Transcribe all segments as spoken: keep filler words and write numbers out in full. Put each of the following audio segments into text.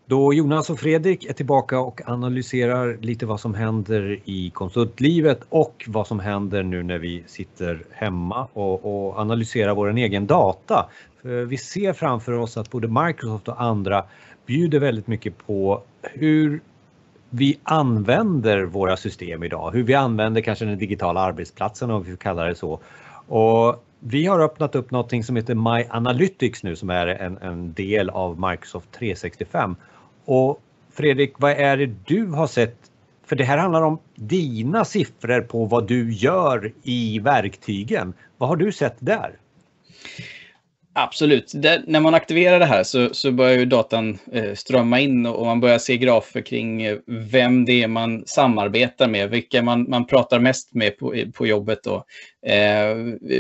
Då Jonas och Fredrik är tillbaka och analyserar lite vad som händer i konsultlivet och vad som händer nu när vi sitter hemma och, och analyserar vår egen data. För vi ser framför oss att både Microsoft och andra bjuder väldigt mycket på hur vi använder våra system idag. Hur vi använder kanske den digitala arbetsplatsen, om vi kallar det så. Och vi har öppnat upp något som heter My Analytics nu, som är en, en del av Microsoft tre sextiofem. Och Fredrik, vad är det du har sett? För det här handlar om dina siffror på vad du gör i verktygen. Vad har du sett där? Absolut. Det, när man aktiverar det här så, så börjar ju datan eh, strömma in och man börjar se grafer kring eh, vem det är man samarbetar med, vilka man, man pratar mest med på, på jobbet. Och, eh,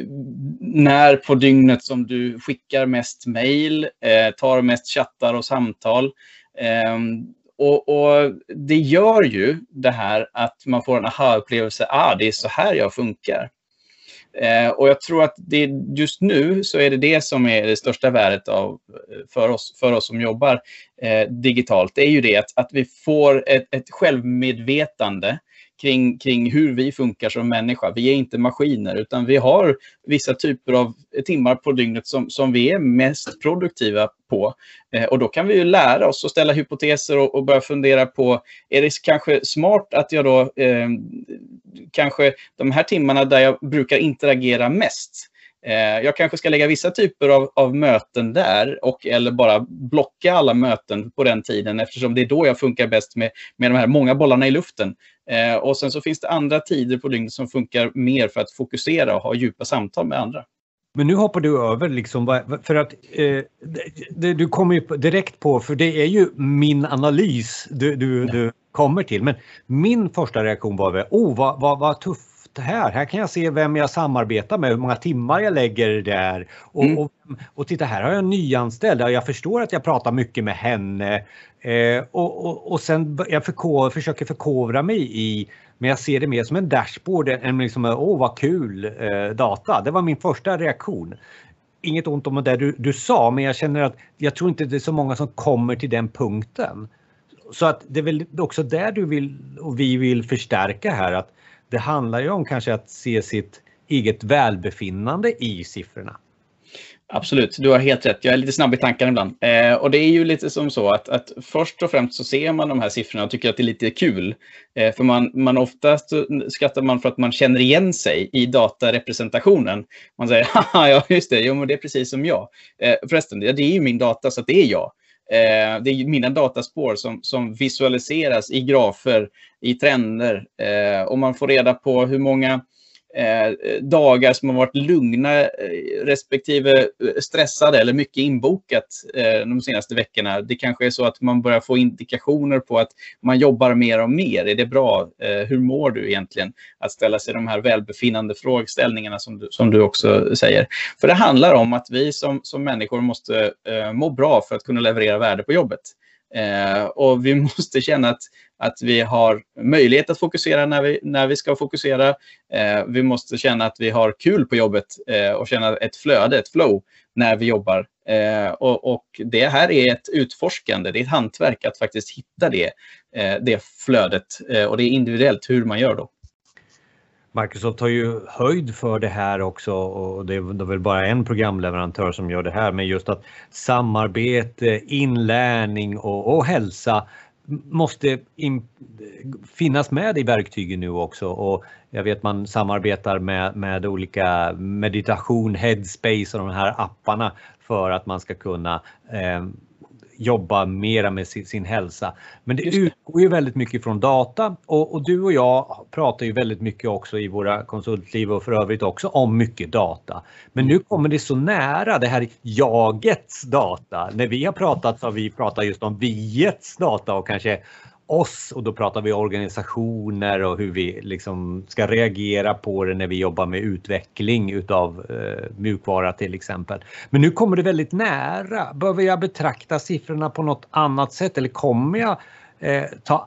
när på dygnet som du skickar mest mejl, eh, tar mest chattar och samtal. Eh, och, och det gör ju det här att man får en aha-upplevelse, ah, det är så här jag funkar. Eh, och jag tror att det, just nu så är det det som är det största värdet av, för, oss, för oss som jobbar eh, digitalt. Det är ju det att, att vi får ett, ett självmedvetande kring, kring hur vi funkar som människa. Vi är inte maskiner, utan vi har vissa typer av timmar på dygnet som, som vi är mest produktiva på. Eh, och då kan vi ju lära oss att ställa hypoteser och, och börja fundera på, är det kanske smart att jag då eh, kanske de här timmarna där jag brukar interagera mest, eh, jag kanske ska lägga vissa typer av, av möten där och eller bara blocka alla möten på den tiden, eftersom det är då jag funkar bäst med, med de här många bollarna i luften. Eh, och sen så finns det andra tider på dygnet som funkar mer för att fokusera och ha djupa samtal med andra. Men nu hoppar du över liksom, för att eh, det, du kommer ju direkt på, för det är ju min analys du, du, du kommer till. Men min första reaktion var väl, oh vad, vad, vad tufft här. Här kan jag se vem jag samarbetar med, hur många timmar jag lägger där. Och, mm. och, och titta, här har jag en nyanställd. Jag förstår att jag pratar mycket med henne. Eh, och, och, och sen jag förko- försöker förkovra mig i, men jag ser det mer som en dashboard än liksom, åh vad kul eh, data. Det var min första reaktion. Inget ont om det du, du sa, men jag känner att jag tror inte det är så många som kommer till den punkten. Så att det är väl också där du vill och vi vill förstärka här, att det handlar ju om kanske att se sitt eget välbefinnande i siffrorna. Absolut, du har helt rätt. Jag är lite snabb i tankarna ibland. Eh, och det är ju lite som så att, att först och främst så ser man de här siffrorna och tycker att det är lite kul. Eh, för man, man oftast skrattar man för att man känner igen sig i datarepresentationen. Man säger, haha, ja just det, jo, men det är precis som jag. Eh, förresten, det är ju min data så att det är jag. Eh, det är ju mina dataspår som, som visualiseras i grafer, i trender. Eh, och man får reda på hur många Eh, dagar som har varit lugna eh, respektive stressade eller mycket inbokat eh, de senaste veckorna. Det kanske är så att man börjar få indikationer på att man jobbar mer och mer. Är det bra? Eh, hur mår du egentligen? Att ställa sig de här välbefinnande frågeställningarna som du, som du också säger. För det handlar om att vi som, som människor måste eh, må bra för att kunna leverera värde på jobbet. Eh, och vi måste känna att, att vi har möjlighet att fokusera när vi, när vi ska fokusera. Eh, vi måste känna att vi har kul på jobbet eh, och känna ett flöde, ett flow när vi jobbar. Eh, och, och det här är ett utforskande, det är ett hantverk att faktiskt hitta det, eh, det flödet. Eh, och det är individuellt hur man gör då. Microsoft har ju höjd för det här också, och det är väl bara en programleverantör som gör det här, men just att samarbete, inlärning och, och hälsa måste in, finnas med i verktygen nu också. Och jag vet man samarbetar med, med olika meditation, Headspace och de här apparna för att man ska kunna eh, jobba mera med sin, sin hälsa. Men det, det utgår ju väldigt mycket från data, och, och du och jag pratar ju väldigt mycket också i våra konsultliv och för övrigt också om mycket data. Men nu kommer det så nära det här jagets data. När vi har pratat så har vi pratat just om viets data och kanske oss, och då pratar vi organisationer och hur vi liksom ska reagera på det när vi jobbar med utveckling utav eh, mjukvara till exempel. Men nu kommer det väldigt nära. Behöver jag betrakta siffrorna på något annat sätt, eller kommer jag eh, ta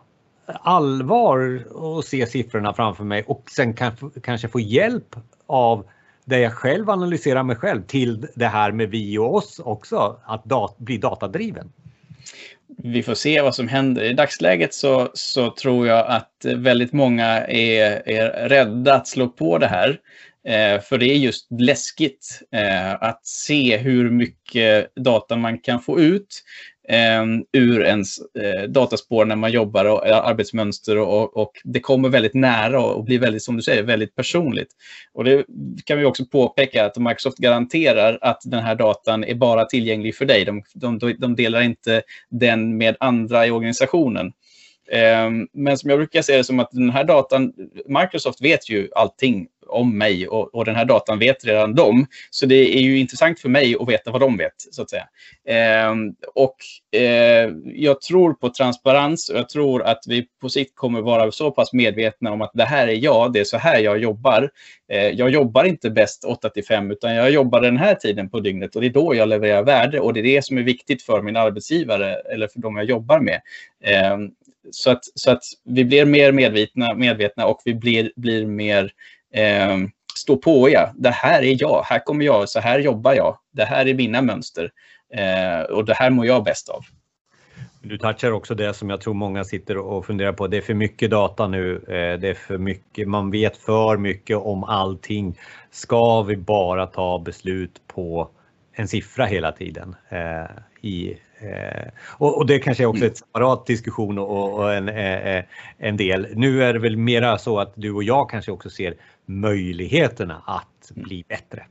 allvar och se siffrorna framför mig och sen kan, kanske få hjälp av där jag själv analyserar mig själv till det här med vi och oss också, att dat- bli datadriven? vi får se vad som händer. I dagsläget så, så tror jag att väldigt många är, är rädda att slå på det här. Eh, för det är just läskigt eh, att se hur mycket data man kan få ut eh, ur ens eh, dataspår när man jobbar och eh, arbetsmönster och, och det kommer väldigt nära och blir väldigt, som du säger, väldigt personligt. Och det kan vi också påpeka att Microsoft garanterar att den här datan är bara tillgänglig för dig. De, de, de delar inte den med andra i organisationen. Men som jag brukar säga det som att den här datan, Microsoft vet ju allting om mig och, och den här datan vet redan de. Så det är ju intressant för mig att veta vad de vet, så att säga. Eh, och eh, jag tror på transparens och jag tror att vi på sikt kommer vara så pass medvetna om att det här är jag, det är så här jag jobbar. Eh, jag jobbar inte bäst åtta till fem utan jag jobbar den här tiden på dygnet och det är då jag levererar värde och det är det som är viktigt för min arbetsgivare eller för de jag jobbar med. Eh, så, att, så att vi blir mer medvetna, medvetna och vi blir, blir mer Eh, stå på ja, det här är jag, här kommer jag, så här jobbar jag, det här är mina mönster eh, och det här mår jag bäst av. Du touchar också det som jag tror många sitter och funderar på, det är för mycket data nu, eh, det är för mycket, man vet för mycket om allting. Ska vi bara ta beslut på en siffra hela tiden eh, i Eh, och, och det kanske är också ett separat diskussion och, och en, eh, en del. Nu är det väl mera så att du och jag kanske också ser möjligheterna att bli bättre.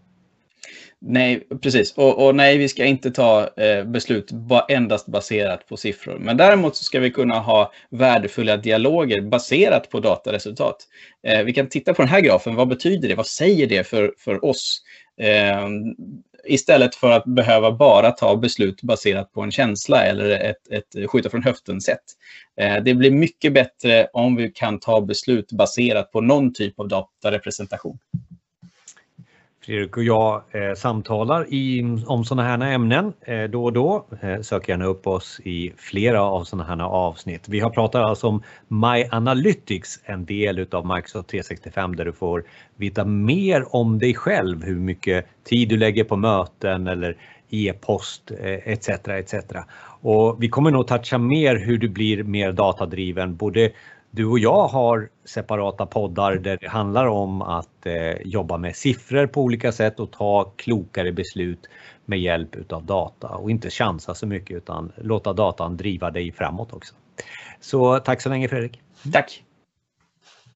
Nej, precis. Och, och nej, vi ska inte ta eh, beslut ba, endast baserat på siffror. Men däremot så ska vi kunna ha värdefulla dialoger baserat på dataresultat. Eh, vi kan titta på den här grafen. Vad betyder det? Vad säger det för, för oss? Eh, istället för att behöva bara ta beslut baserat på en känsla eller ett, ett skjuta från höften-sätt. Eh, det blir mycket bättre om vi kan ta beslut baserat på någon typ av datarepresentation. Fredrik och jag eh, samtalar i, om sådana här ämnen eh, då och då. Eh, sök gärna upp oss i flera av sådana här avsnitt. Vi har pratat alltså om My Analytics, en del av Microsoft tre sextiofem där du får veta mer om dig själv, hur mycket tid du lägger på möten eller e-post eh, et cetera et cetera. Och vi kommer nog toucha mer hur du blir mer datadriven. Både du och jag har separata poddar där det handlar om att eh, jobba med siffror på olika sätt och ta klokare beslut med hjälp av data och inte chansa så mycket utan låta datan driva dig framåt också. Så tack så länge Fredrik. Tack.